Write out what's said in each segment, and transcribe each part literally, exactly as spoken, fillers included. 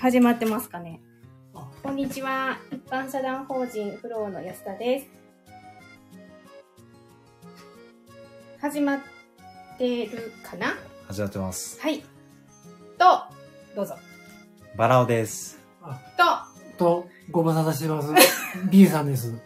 始まってますかね。こんにちは。一般社団法人フローの安田です。始まってるかな？ 始まってます。 はい。と、どうぞ。 バラオです。 あと、 と、ご無沙汰してます。B さんです。 と、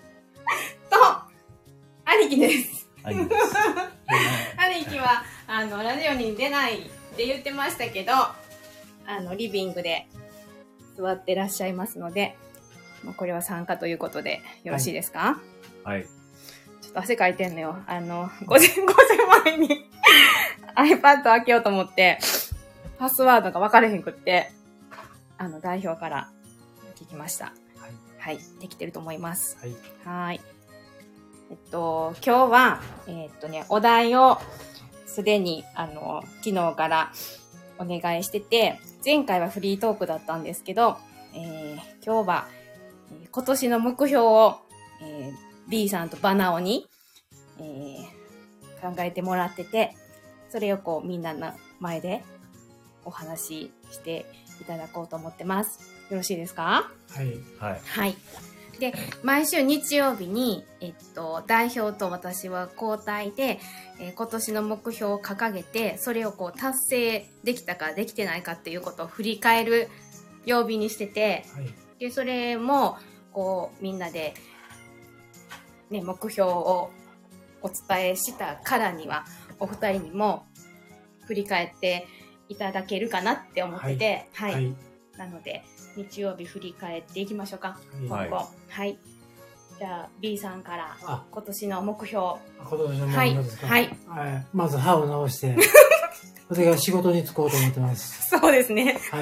兄貴です。 兄貴です。 兄貴は、あの、ラジオに出ないって言ってましたけど、あの、リビングで座ってらっしゃいますので、もうこれは参加ということでよろしいですか？ はい。 ちょっと汗かいてんのよ。あの、ごじ、ごじまえにiPad 開けようと思って、パスワードが分かれへんくって、あの、代表から聞きました。はい。はい。できてると思います。 はい。 はい。えっと、今日は、えっとね、お題をすでに、あの、昨日からお願いしてて、前回はフリートークだったんですけど、えー、今日は、えー、今年の目標を、えー、B さんとバナオに、えー、考えてもらってて、それをこうみんなの前でお話ししていただこうと思ってます。よろしいですか？ はい。 はい。 はい。で、毎週日曜日に、えっと、代表と私は交代で、えー、今年の目標を掲げて、それをこう達成できたかできてないかっていうことを振り返る曜日にしてて、 はい。 で、それも、こう、みんなで、ね、目標をお伝えしたからには、お二人にも振り返っていただけるかなって思ってて、はい。はい、なので、日曜日振り返っていきましょうか。 はい。 はい。はい。じゃあ、B さんから今年の目標。 今年の目標ですか？ はい。 はい。まず歯を直して、それが仕事に就こうと思ってます。 そうですね。 はい。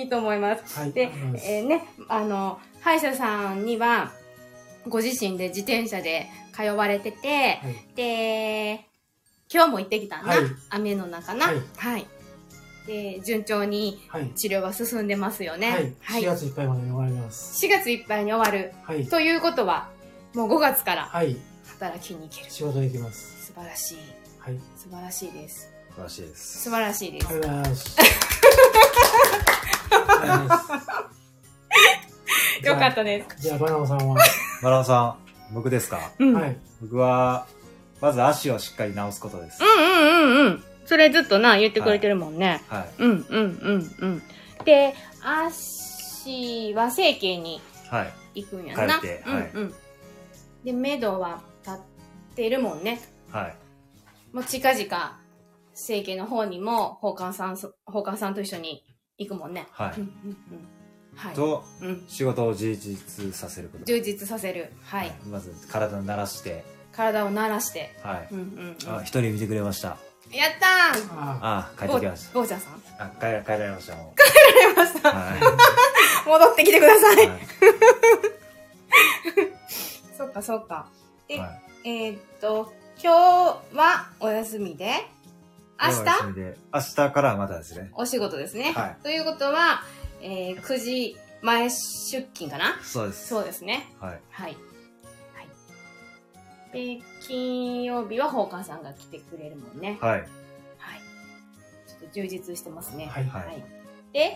いいと思います。 はい。 で、えー、ね、あの、歯医者さんには、ご自身で自転車で通われてて、はい、で、今日も行ってきたんだ。はい、雨の中な。はい。はい。で、順調に治療は進んでますよね。 はい。はい、しがついっぱいまでに終わります。 しがついっぱいに終わる。はい。ということは、もうごがつから働きに行ける。 仕事行きます。 素晴らしい。 はい。 素晴らしいです。 素晴らしいです。 素晴らしいです。 ありがとうございます。 よかったです。 じゃあ、バナナさんはバナナさん、僕ですか？ うん、 はい。 僕は、まず足をしっかり治すことです。 うんうんうんうん。それずっとな、言ってくれてるもんね。 はい。はい、 うんうんうんうん。で、足は整形に行くんやな。 はい。変えて、はい。 うんうん。で、目処は立ってるもんね。 はい。 もう近々、整形の方にも、法官さん、法官さんと一緒に行くもんね。 はい。 うんうんうん。はい、 と、うん、仕事を充実させること。 充実させる。はい。はい、 まず、体を慣らして。 体を慣らして。 はい。 うんうんうん、 あ、一人見てくれました。 やったー。 ああ、帰ってきました。 ゴーちゃんさん。 あ、帰ら、帰られました。もう帰られました。はい。戻ってきてください。はい、そっかそっか。で、はい、えー、っと、今日はお休みで、明日？お休みで。 明日からまたですね。 お仕事ですね。 はい。 ということは、えー、くじまえ出勤かな？ そうです。 そうですね。 はい。 はい。はい。で、金曜日は法官さんが来てくれるもんね。 はい。はい。 ちょっと充実してますね。 はい。 はい。で、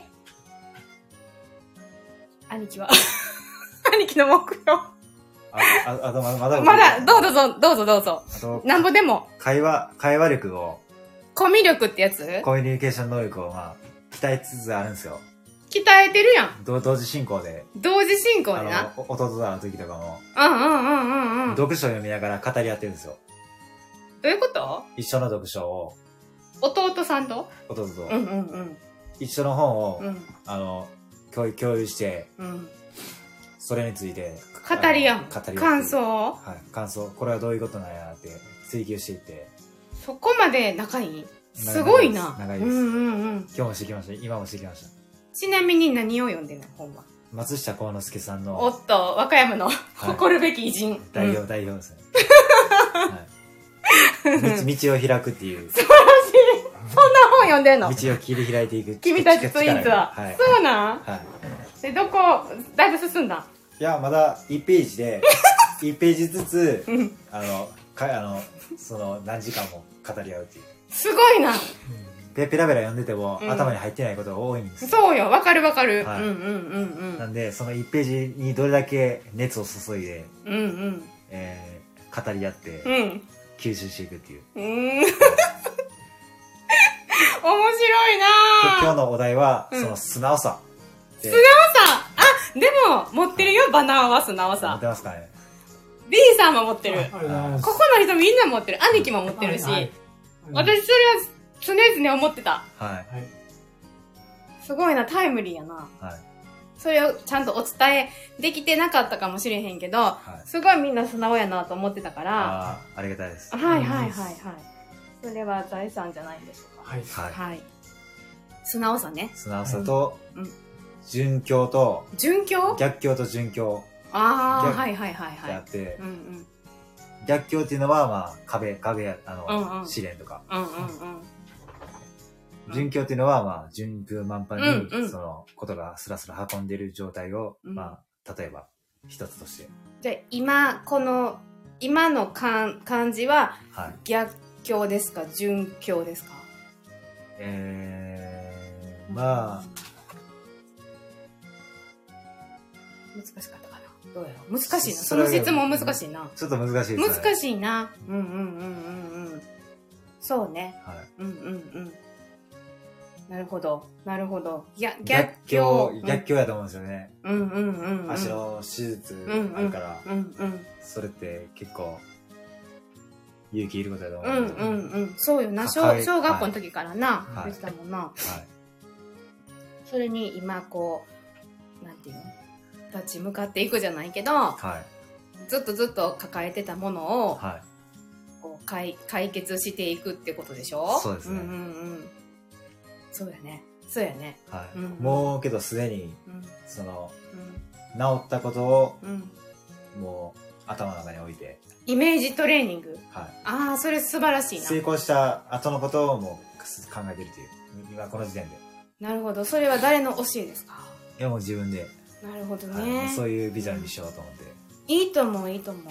兄貴は兄貴の目標。あ、 あ、あとまだ、まだ、 まだ、どうぞ、どうぞ、どうぞ。あと、なんぼでも。 会話、会話力を。 コミュ力ってやつ？ コミュニケーション能力を、まあ、鍛えつつあるんですよ。 鍛えてるやん。 同時進行で。 同時進行でな。 弟と会う時とかも。 うんうんうんうんうん。 読書を読みながら語り合ってるんですよ。 どういうこと？ 一緒の読書を。 弟さんと？ 弟と。 うんうんうん。 一緒の本を、 うん、 あの、共有、共有して、 うん、 それについて。 語り合う。 語り合う。 感想？ はい。感想。これはどういうことなんやって追求していって。 そこまで仲いい？すごいな。 長いです。 うんうんうん。 今日もしてきました。今もしてきました。 ちなみに何を読んでんの本は？ 松下幸之助さんの。 おっと、和歌山の誇るべき偉人。 代表、代表ですね。道を開くっていう。 素晴らしい。そんな本読んでんの？ 道を切り開いていく。 君たちツインズは。そうなん？はい。で、どこ、だいぶ進んだ？ いや、まだいちページで、いちページずつ、あの、か、あの、その、何時間も語り合うっていう。 すごいな。 ペペラペラ読んでても、 うん頭に入ってないことが多いんですよ。 そうよ、わかるわかる。 はいうんうんうんうん。 なんで、そのいちページにどれだけ熱を注いで、 うんうん。 えー、語り合って、 うん。 吸収していくっていう。 うーん。面白いなぁ。 今日のお題は、 うんその素直さ。素さあ、でも、持ってるよ、バナーは素直持っさて。ますかね。 B さんも持ってる。 ありがとうございます。 ここの人みんな持ってる。兄貴も持ってるし。 はいはい私それは常々思ってた。 はい。 はい。 すごいな、タイムリーやな。 はい。 それをちゃんとお伝えできてなかったかもしれへんけど、 はい。 すごいみんな素直やなと思ってたから、 あー、ありがたいです。 はいはいはいはい。それは財産じゃないんでしょうか。 はい。 はい。 はい。素直さね。 素直さとうん、 順境と、 順境逆境と順境ああ、 逆はいはいはいがあっはい。 てう、んうん。 逆境っていうのは、まあ、壁、壁や、あうんうんの、試練とか。 うんうんうん。 順境っていうのは、まあ、順風満帆うんうんに、その、ことがスラスラ運んでる状態を、 うんまあ、例えば、一つとして。 じゃあ今、この、今の感感じははい。 逆境ですか順境ですか？ えー、まあ、 難しかったかな。どうやろう難しいな。 そそれはその質問難しいな。 ちょっと難しいですね。 難しいな。うんうんうんうんうん。そうね。 はい。 うんうんうん。なるほど。なるほど。逆逆逆境境。、 逆境やと思うんですよね。 うんうんうんうん。 足の手術うんあるから、 うんうん。 それって結構、勇気いることやと思うんうんで。 うんうん。そうよな。小はい小学校の時からな。 はい言ってたもんな。 はい。 それに今こう、なんていうの立ち向かっていくじゃないけど、 はい。 ずっとずっと抱えてたものを、 はい。 こう解解決していくってことでしょ？ そうですねんうんうん。そうやね。そうやね。 はい。 うんもうけどすでに、 うんその、 うん治ったことを、 うん。 もう、頭の中に置いて、 イメージトレーニング。 はああ、それ素晴らしい。 いな。 成功した後のことをもう考えてるっていう。今この時点で。 なるほど。それは誰の教えですか？ いやもう自分で、 なるほどはい、もうね。 そういうビジョンにしようと思って。 いいと思う、いいと思う。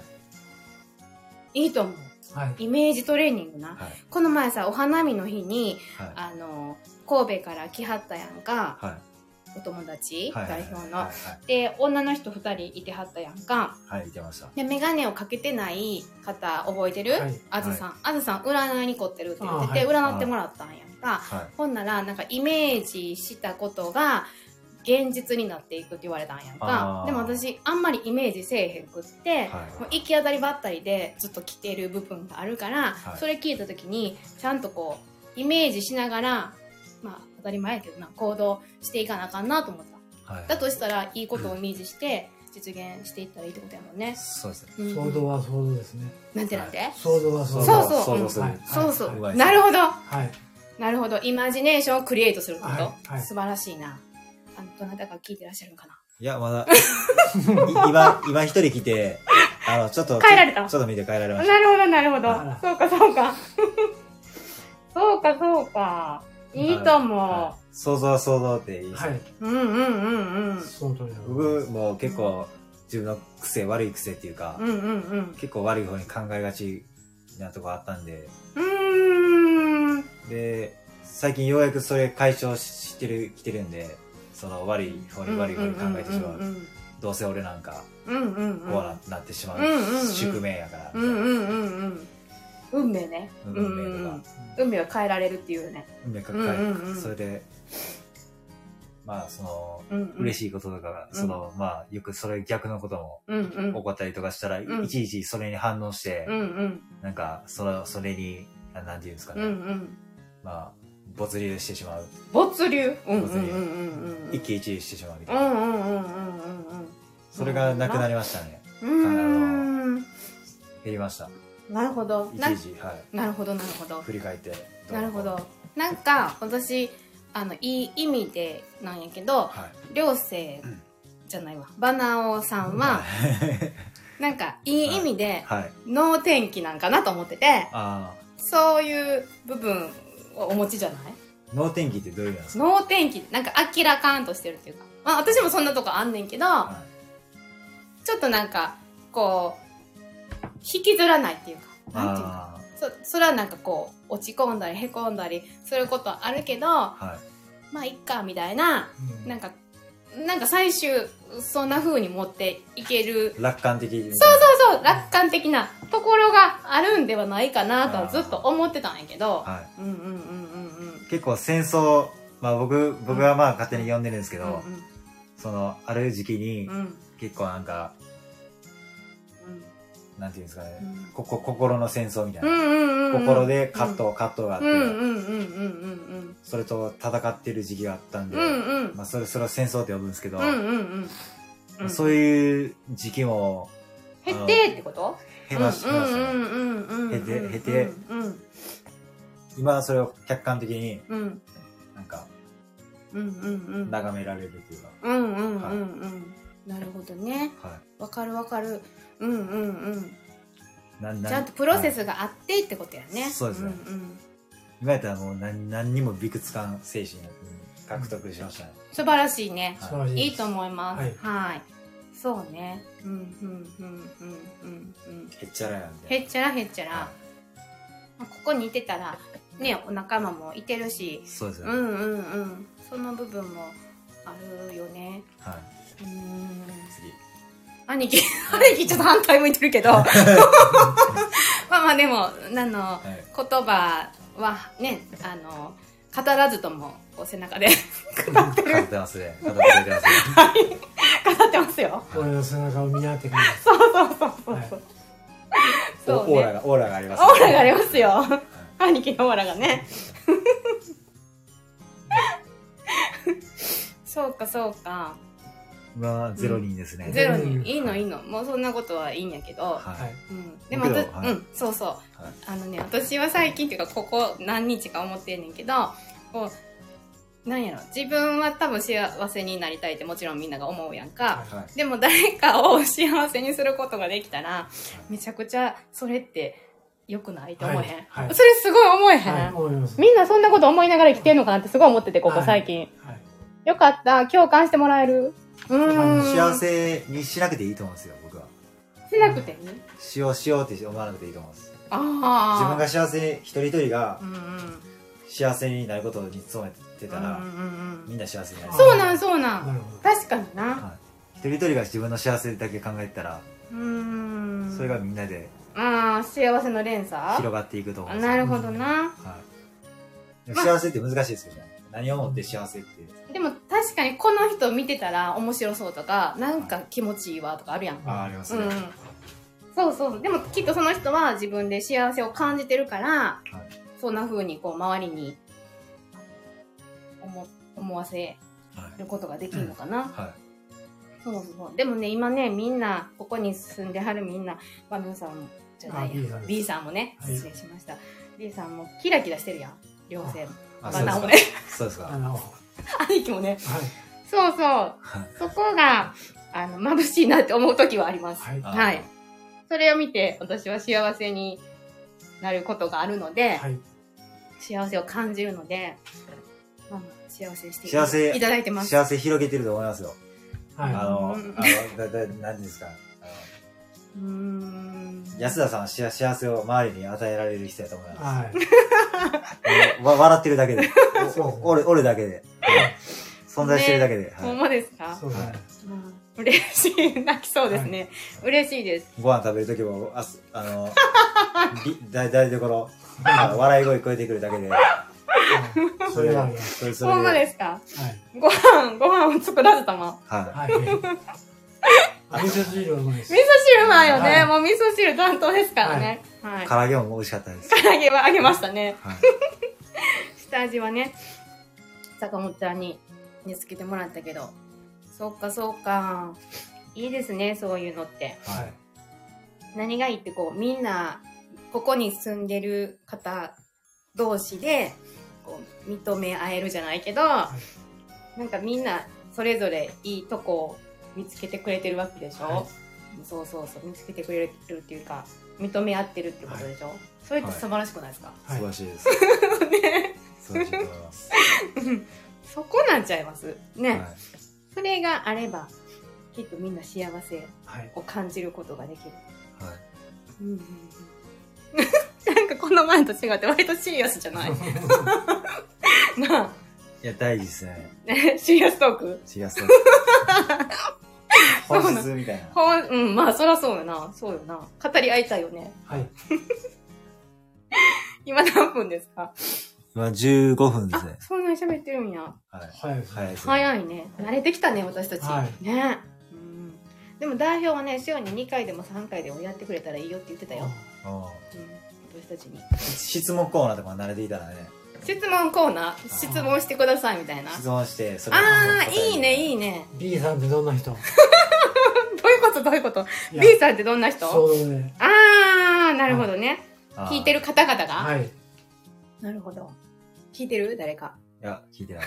はい。 いいと思う。 はい。 イメージトレーニングな。 はい。 この前さ、お花見の日に、 はい。 あの、神戸から来はったやんか、 はい。 お友達、 はい。 代表の。 はい。 で、女の人二人いてはったやんか。 はい。はい。いけました。 で、メガネをかけてない方覚えてる？ はいあずさん。あずさん、占いに凝ってるって言ってて、 あ占ってもらったんやんか。 はい。 ほんなら、なんかイメージしたことが、現実になっていくって言われたんやんかあ。ーでも私、あんまりイメージせえへんくって、 はい。 もう行き当たりばったりでずっと来てる部分があるから、 はいそれ聞いた時にちゃんとこうイメージしながらまあ当たり前やけどな行動していかなあかんなと思ったはい。 だとしたらいいことをイメージして実現していったらいいってことやもんね、 そうですね。 うん想像は想像ですね。 なんてなんて、 想像は想像。 そうそう想像する。 はいそうそう、 はいなるほどはい。 なるほどイマジネーションをクリエイトするってこと、 はいはい素晴らしいなあのどなたか聞いてらっしゃるのかないや、まだ、い今、今一人来て、あの、ちょっと、 帰られたちょっと見て帰られましなるほどなるほどあらそうかそうかそうかそうかいいと思う、 はい想像は想像っていいですね。 はい。 うんうんうんうん。 その通りだと思います。 僕も結構自分の癖、悪い癖っていうか、 うんうんうん。 結構悪い方に考えがちなとこあったんで、 うーん。 で、最近ようやくそれ解消してる、来てるんで、その悪い方に悪い方に考えてしまう。どうせ俺なんか、 うんうんうん。 こうななってしまううんうんうん宿命やから。 うんうんうんうん。運命ね。 運命とか。 運命は変えられるっていうね。 運命かうんうんうんそれで、まあ、その、 うんうん。 嬉しいこととか、その、まあ、よくそれ逆のこともうんうん。 起こったりとかしたら、 んいちいちそれに反応して、 うんうん。 なんか、それ、それに、ななんていうんですかね、 うんうん。 まあ、没流してしまう。 没流。うんうん没流うんうんうん。 一喜一憂してしまうみたういな。 んうんうんうんうんうん。 それがなくなりましたね。 うーん。 減りました。 なるほど。な一時、はい。 なるほどなるほど。 振り返って。 なるほど。なんか私あのいい意味でなんやけど、 はい。 寮生じゃないわバナオさんはなんかいい意味ではい。 能天気なんかなと思ってて、 あそういう部分をお持ちじゃない？ あ、能天気ってどういう意味なんですか？ 能天気なんか明らかんとしてるっていうか、まあ私もそんなとこあんねんけど、 はちょっとなんかこう引きずらないっていうか、 い。 なんていうか、 あそそれはなんかこう落ち込んだりへこんだりすることはあるけど、 はまあいっかみたいな、 うんなんかなんか最終そんな風に持っていける、 い。楽観的みたいな。 そうそうそう楽観的なところがあるんではないかなとはずっと思ってたんやけど、 はうんうんうんうんうんい。結構戦争、まあ僕、僕はまあ勝手に呼んでるんですけど、 うんその、ある時期にうんうん結構なんか、なんていうんですかね、 うんここ心の戦争みたいうんうな。 んうんうん心で葛藤、葛藤があって、 うんうんうんうんうんそれと戦ってる時期があったんで、 うんうんうんまあそれ、それを戦争って呼ぶんですけど、 うんうんうんうんそういう時期も、 減ってってこと減らしましたね。 減減って減ってうん今はそれを客観的にうんなんかうんうんうん眺められるっていうか、 うんうんうんうんなるほどねはわかるわかるうんうんうんい。ななちゃんとプロセはいスがあってってことやねそうですねんん今やったらもう何何にも美屈感精神獲得しましたね。 素晴らしいね素晴らしいです。 いいと思いますはいはいそうねうんうんうんうんうんうんへっちゃらなんで。 へっちゃらへっちゃらはまあここにいてたらねお仲間もいてるしい。そうですね。 うんうんうんその部分もあるよねはい。 うーん次。 兄貴兄貴ちょっと反対向いてるけどまあまあでもあのはい。 言葉はねあの語らずともこう背中で語ってますね。語ってくれてますね。 語ってますよ俺の背中を見合ってくれる。 そうそうそうそう、 はいそうねオーラが、オーラがあります、 オーラがありますよ兄貴のオーラがねそうかそうかまあ、ゼロ人ですね。 ゼロにうんいいのいいのもうそんなことはいいんやけど、 ははい。 うん、でも私、 けどはいうんそうそうい。はい。 あのね私は最近っていうかここ何日か思ってんねんけどこうなんやろ自分は多分幸せになりたいってもちろんみんなが思うやんか、 はい。 でも誰かを幸せにすることができたらめちゃくちゃそれって良くないと思えへん、 はいはいそれすごい思えへん、 はい、思います。 みんなそんなこと思いながら生きてんのかなってすごい思っててここ最近、 はい。 よかった共感してもらえるうーん幸せにしなくていいと思うんですよ、僕は。 しなくていいしようしようって思わなくていいと思うんです。 ああ自分が幸せ、一人一人がうんうん幸せになることに努めてたら、 うんうんうんみんな幸せになる。 そうなんそうなんなるほど。 確かにな、 はい。一人一人が自分の幸せだけ考えてたら、 うーんそれがみんなでああ幸せの連鎖広がっていくと思うんですよ。 なるほどな、 はい。でも幸せって難しいですよね。何をもって幸せって。 でも確かにこの人見てたら面白そうとかなんか気持ちいいわとかあるやん、 ああ、ありますね。 うんそうそうでもきっとその人は自分で幸せを感じてるからはい。 そんな風にこう周りに思思わせはい。 ることができるのかな、 はい。 そうそうでもね今ねみんなここに住んではるみんなまみおさんじゃないやあ B さんです B さんもねはい失礼しました、B さんもキラキラしてるやん両線あ、 まだもねそうですか。そうですか。 あの、は兄貴もねい。 そうそうはい。 そこがあの眩しいなって思う時はありますはい。 あはい。それを見て私は幸せになることがあるので、 はい。 幸せを感じるので、まあ、幸せにして幸せいただいてます。 幸せ広げてると思いますよ。 はい。 あの、 うんあの、だ、だ、なんですか。あうーん。 の安田さんは幸幸せを周りに与えられる人やと思います。 はい。 わ笑ってるだけで。 そうお俺、俺だけで。存在してるだけで。はいほんまですかそうだね。 うん嬉しい。泣きそうですね。嬉しいです。 ご飯食べるときも、あす、あの、びだ、台所、あの笑い声聞こえてくるだけで。 それはあります。 それ、それほんまで。 ですかはい。 ご飯、ご飯を作らずとも。 ははい。味噌汁はうまいです味噌。汁うまいよね。 はいもう味噌汁担当ですからね。はいい。。唐揚げも美味しかったです。 唐揚げはあげましたね。 はい。 下味はね、坂本ちゃんに煮つけてもらったけど。そうか、そうか。いいですね、そういうのって。 はい。 何がいいってこう、みんな、ここに住んでる方同士で、こう、認め合えるじゃないけど、なんかみんな、それぞれいいとこを見つけてくれてるわけでしょ、 はいそうそうそう、見つけてくれてるっていうか、認め合ってるってことでしょ、それって素晴らしくないですか、 はい素晴らしいです。素晴らしいと思います。 そこなんちゃいますね、 はい。 それがあれば、きっとみんな幸せはい。 を感じることができる。 はい。 うんうんうん、なんかこの前と違って割とシリアスじゃないなあ。 いや、大事ですね。 シリアストークシリアストーク。本質みたいな。 ほん、うん、まあそらそうよな。そうよな。語り合いたいよね。 はい。 今何分ですか？ 今じゅうごふんですね。 そんなに喋ってるんや。 はい。 早いですね。 早いですね。 早いね。慣れてきたね、私たち。 はいね。うん。でも代表はね、週ににかいでもさんかいでもやってくれたらいいよって言ってたよ。うん。私たちに。 質問コーナーとか慣れていたらね。 質問コーナー質問してくださいみたいな。 質問して、それああ、いいね、いいね。 B さんってどんな人？ どういうことどういうこと ?B さんってどんな人？ そうね。 ああ、なるほどね。 はい、 聞いてる方々がはい。 なるほど。聞いてる誰か。 いや、聞いてない。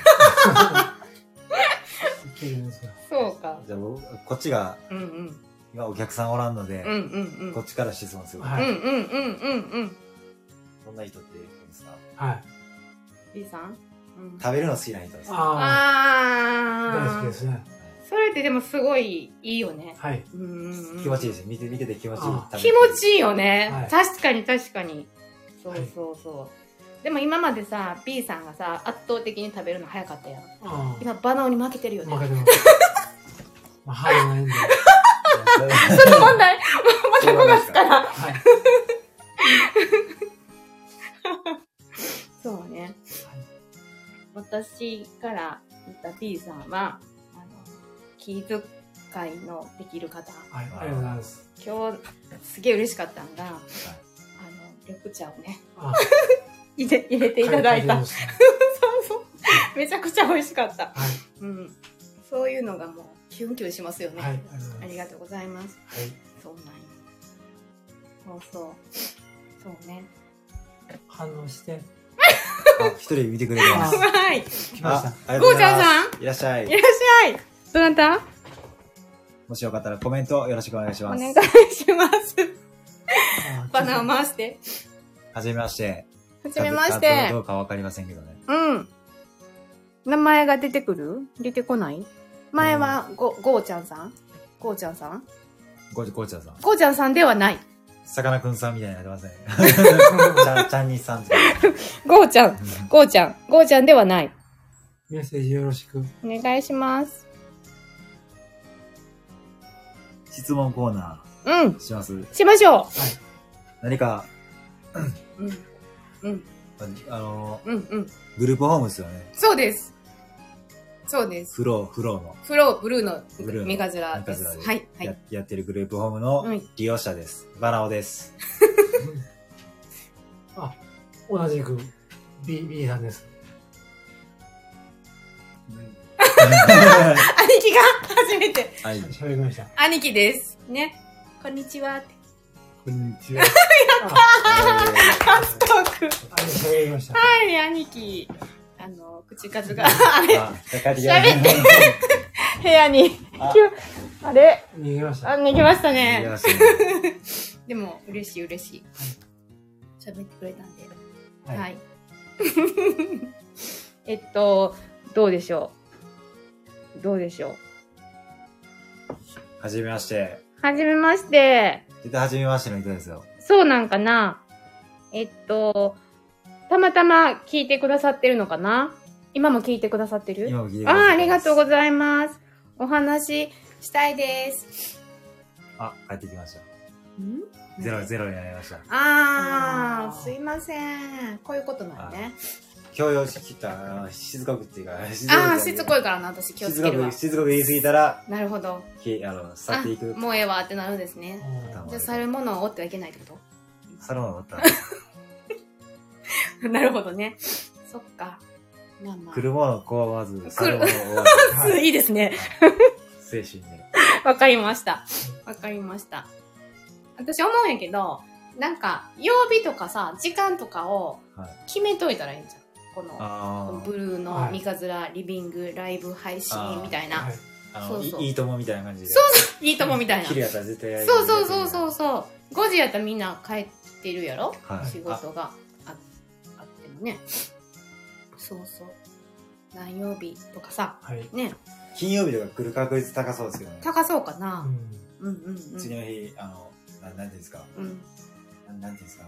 聞いてるんですよ。 そうか。 じゃあ僕、こっちが、 うんうん。 今お客さんおらんので、 うんうんうん。 こっちから質問する。 はい。 うんうんうんうんうん。 どんな人っていうんですか？ はい。 B さん、うん、 食べるの好きな人ですか？ ああ。大好きですね。 それってでもすごいいいよね。 はい。 うんうん、気持ちいいです。見て、見てて気持ちいい。 気持ちいいよね。 はい、 確かに確かに。そうそうそう。はい、でも今までさ、B さんがさ、圧倒的に食べるの早かったやん。今、バナオに負けてるよね。 負けてます。まあ、歯がないんで。 その問題、またごがつから。はい。そうね。はい、私から見た B さんは、あの、気遣いのできる方。 はい、ありがとうございます。 今日、すげえ嬉しかったのが、はい、あの、緑茶をね、入れ、入れていただいた。そうそう。めちゃくちゃ美味しかった。はい、うん。そういうのがもう、キュンキュンしますよね。はい、ありがとうございます。はい。そうなんよ。そうそう。そうね。 反応して。 あ、一人見てくれてます。 はい。 来ました。 ゴーちゃんさん。 いらっしゃい。 いらっしゃい。どなた？ もしよかったらコメントよろしくお願いします。 お願いします。バナを回して。 はじめまして。 はじめまして。 どうかわかりませんけどね。 うん。名前が出てくる？出てこない？前はゴ、ゴーちゃんさん？ゴーちゃんさん？ ゴー、ゴーちゃんさん。 ゴーちゃんさんではない。 さかなクンさんみたいになってません。ちゃん、ちゃんにさん。 ゴーちゃん、ゴーちゃん、ゴーちゃんではない。 メッセージよろしく。 お願いします。 質問コーナー。うん。 します。 しましょう。はい。 何か、 うん。うん。 あの、 うんうん。 グループホームですよね。 そうです。そうです。 フロー、フローの。 フロー、ブルーのメガズラです。 はい。 はい。 やってるグループホームの利用者です。バナオです。 あ、同じく B、B さんです。 兄貴が初めて。 はい。喋りました。 兄貴です。ね。こんにちは。 こんにちは。 やったー。初トーク。 喋りました。 はい、兄貴。あの、口数が、あれ、喋って部屋に、あれ逃げました。 あ、逃げましたね。でも、嬉しい嬉しい。喋ってくれたんで。はい。えっと、どうでしょうどうでしょうはじめまして。 はじめまして。 絶対はじめましての人ですよ。 そうなんかなえっと、たまたま聞いてくださってるのかな今も聞いてくださってる今も聞いてくださってます。 ああ、ありがとうございます。お話したいです。 あ、帰ってきました。 んゼロ、ゼロになりました。 ああ、すいません。こういうことなんね。 強要してきた、しつこくっていうか、 ああ、しつこいからな、私気をつけるわ。 しつこく言い過ぎたら、 なるほど。 あの、去っていく。 もうええわってなるんですね。じゃあ、去るものを追ってはいけないってこと去るものを追ったら。なるほどね。そっか。 まあまあ。来るものをこうわず、去るものを追わず。いいですね。 精神で。 わかりました。わかりました。私思うんやけど、なんか、曜日とかさ、時間とかを決めといたらいいんじゃん。この、このブルーの三日面リビングライブ配信みたいな。 そうそう。いいともみたいな感じで。 そうそう、いいともみたいな。 昼やったら絶対やる。 そうそうそうそうそう。ごじやったらみんな帰ってるやろ、はい、仕事が あ, あってもね。そうそう。何曜日とかさ。はい、ね。 金曜日とか来る確率高そうですけどね。 高そうかな。 うん、うんうんうん。次の日、あの、ななんていうんですか。うん。なんていうんですか、あの、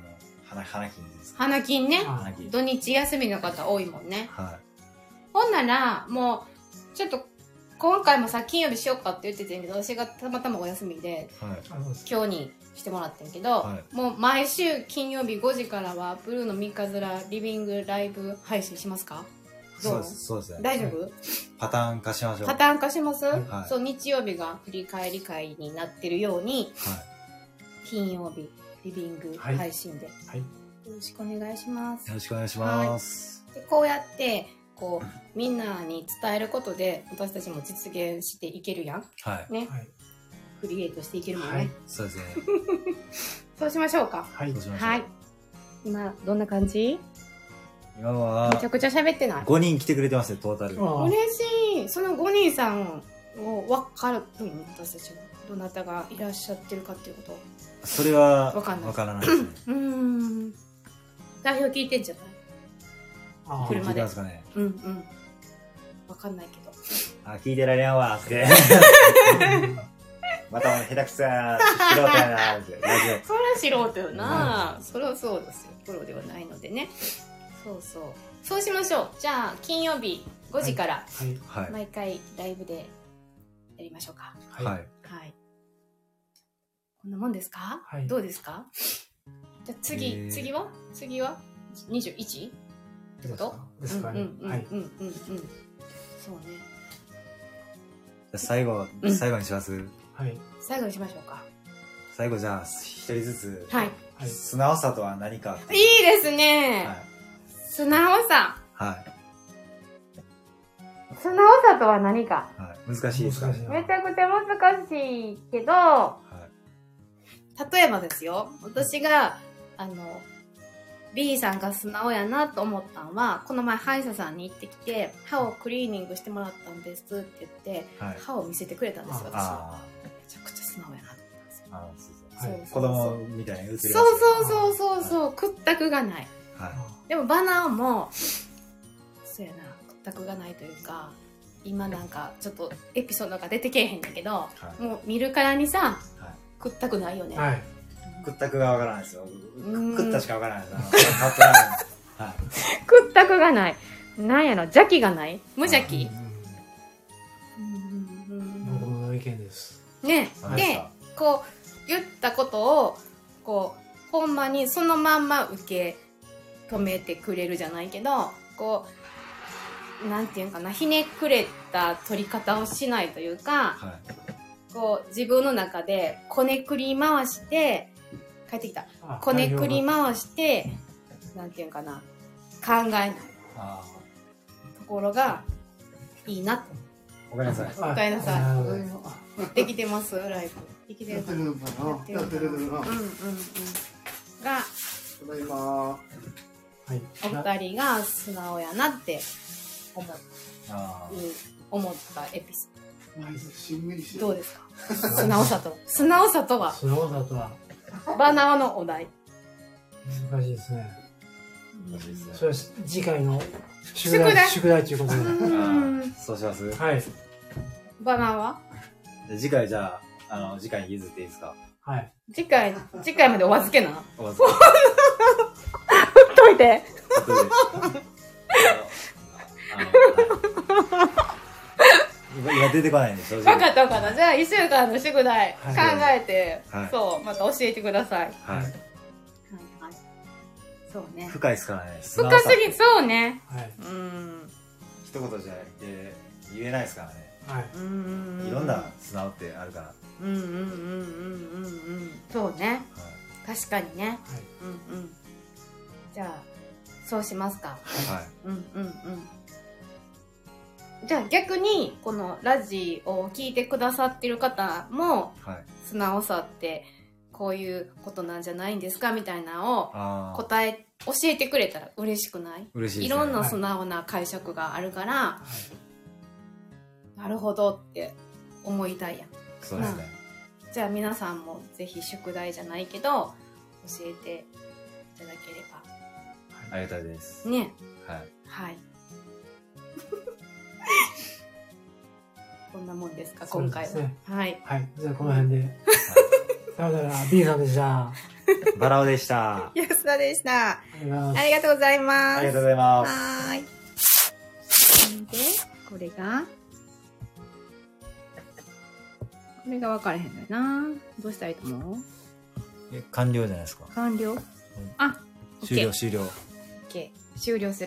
花、花金です。 花金ね。 あ花金。 土日休みの方多いもんね。 はほんなら、もう、ちょっと、今回もさ、金曜日しようかって言ってたんやけど、私がたまたまお休みで、 い。はい。 あそうです今日にしてもらってんけど、 はもう毎週金曜日ごじからは、ブルーの三日面リビングライブ配信しますか？どうそうです、そうですね。 大丈夫？ パターン化しましょう。 パターン化します？ はいそう、日曜日が振り返り会になってるように、 は金曜日、リビング配信で、 はい。 よろしくお願いしますい。よ。ろしくお願いします。 でこうやってこうみんなに伝えることで私たちも実現していけるやんはい。 ね、 はい。 クリエイトしていけるもんね、 はいそうですね。 そうしましょうか。 はいそう。しましょう。 はい、今どんな感じ？ 今はめちゃくちゃ喋ってない？ ごにん来てくれてますね、トータル。 あ嬉しい。そのごにんさんを分かるの私たちはどなたがいらっしゃってるかっていうこそれはわかんないわからないですね。 と。うーん、代表聞いてんじゃない？ あ車聞いてますかね。 うんうん分かんないけどあ、聞いてられんわーって。また下手くそやなー、素人やなーって。ラジオ。 それは素人よな、それはそうですよ、プロではないのでね。そうそう、そうしましょう。じゃあ金曜日ごじからはい。 はい。 毎回ライブでやりましょうか。 はい。 はい。 はい、こんなもんですか？ はいどうですか？じゃあ次、 えー次は次は にじゅういち？ ってことですかね。 うんうんはい。 うんうんうんうん、そうね。 じゃあ最後、 うん最後にします。 はい。 最後にしましょうか。 最後じゃあ、一人ずつ。 はい、 はい。 素直さとは何かっていいですね、 はい。 素直さ。 はい。 素直さとは何か？ はい。難しいですかね。 難しいな。 めちゃくちゃ難しいけど、 はい。 例えばですよ、私が、あの、B さんが素直やなと思ったのは、この前歯医者さんに行ってきて、歯をクリーニングしてもらったんですって言って、 はい。 歯を見せてくれたんですよ、私は。 あめちゃくちゃ素直やなと思ったんですよ。 あ。あそうそうはいそう子供みたいに映りますそうそうそうそうそう、屈託がない。 はでもバナーも、そうやな、屈託がないというか、今なんかちょっとエピソードが出てけえへんだけど、 はいもう見るからにさ、 い。はい。 屈託ないよね。 はい。 屈託がわからないですよ。 ん食ったしかわからないです。あのカップラーメンはい。 屈託がない。なんやろ、邪気がない無邪気。 僕の意見です。 ね、で何ですか、 こう、言ったことを、こう、ほんまにそのまんま受け止めてくれるじゃないけど、こう、なんていうんかな、ひねくれた取り方をしないというか、 はい。 こう、自分の中でこねくり回して、帰ってきた。 あこねくり回して、なんていうんかな、考えないあところがいいなと。 あ。ごめんなさい。 あおかえりなさいあできてますライブ。できてるかな。 やってるかなやってるやってるかなうんうんうん。が、 ただいまはい。 お二人が素直やなって思うあ思ったエピソしんみりしてード。どうですか？素直さとは。素直さとは、 素直さとはバナーのお題。 難しいですね。 あ。難しいですねそれは次回の宿宿題題、宿題ということで。 うーんああそうします。 はい。 バナーはで次回じゃあ、あの、次回に譲っていいですか？ はい。 次回、次回までお預けな。 お預け。 といて。 後であの、あのはい今出てこないんで、正直。 分かった分かった。じゃあ、一週間の宿題考はいえて、 はいそう、また教えてください。はいはい。 はい。そうね。 深いですからね。 深すぎ、そうね。 はい。 うーん。 一言じゃで言えないですからね。 はい。 うーん。 いろんな素直ってあるから。はうんうんうんうんうんうん。そうね。確かにね。 はい。 うんうん。じゃあ、そうしますか。 い。はい。 うんうんうん。じゃあ逆に、このラジオを聞いてくださってる方も、 はい。 素直さってこういうことなんじゃないんですかみたいなのをああ。 答え、教えてくれたら嬉しくない？ 嬉しいですね。 いろんな素直な解釈があるから、なるほどって思いたいやん。 そうですね。 じゃあ皆さんもぜひ宿題じゃないけど教えていただけれありがたいです。 ばね。 はい。 はいこんなもんですかそう今回は、 ですねはいはい。じゃあこの辺で。さよなら、B さんでした。 バラオでした。 安田でした。 ありがとうございますありがとうございます。 ありがとうございます。 はーい。で、これが、これが分からへんのよな。どうしたらいいと思う？ え完了じゃないですか。 完了？あ、 終了、 OK 終了。 OK。終了する。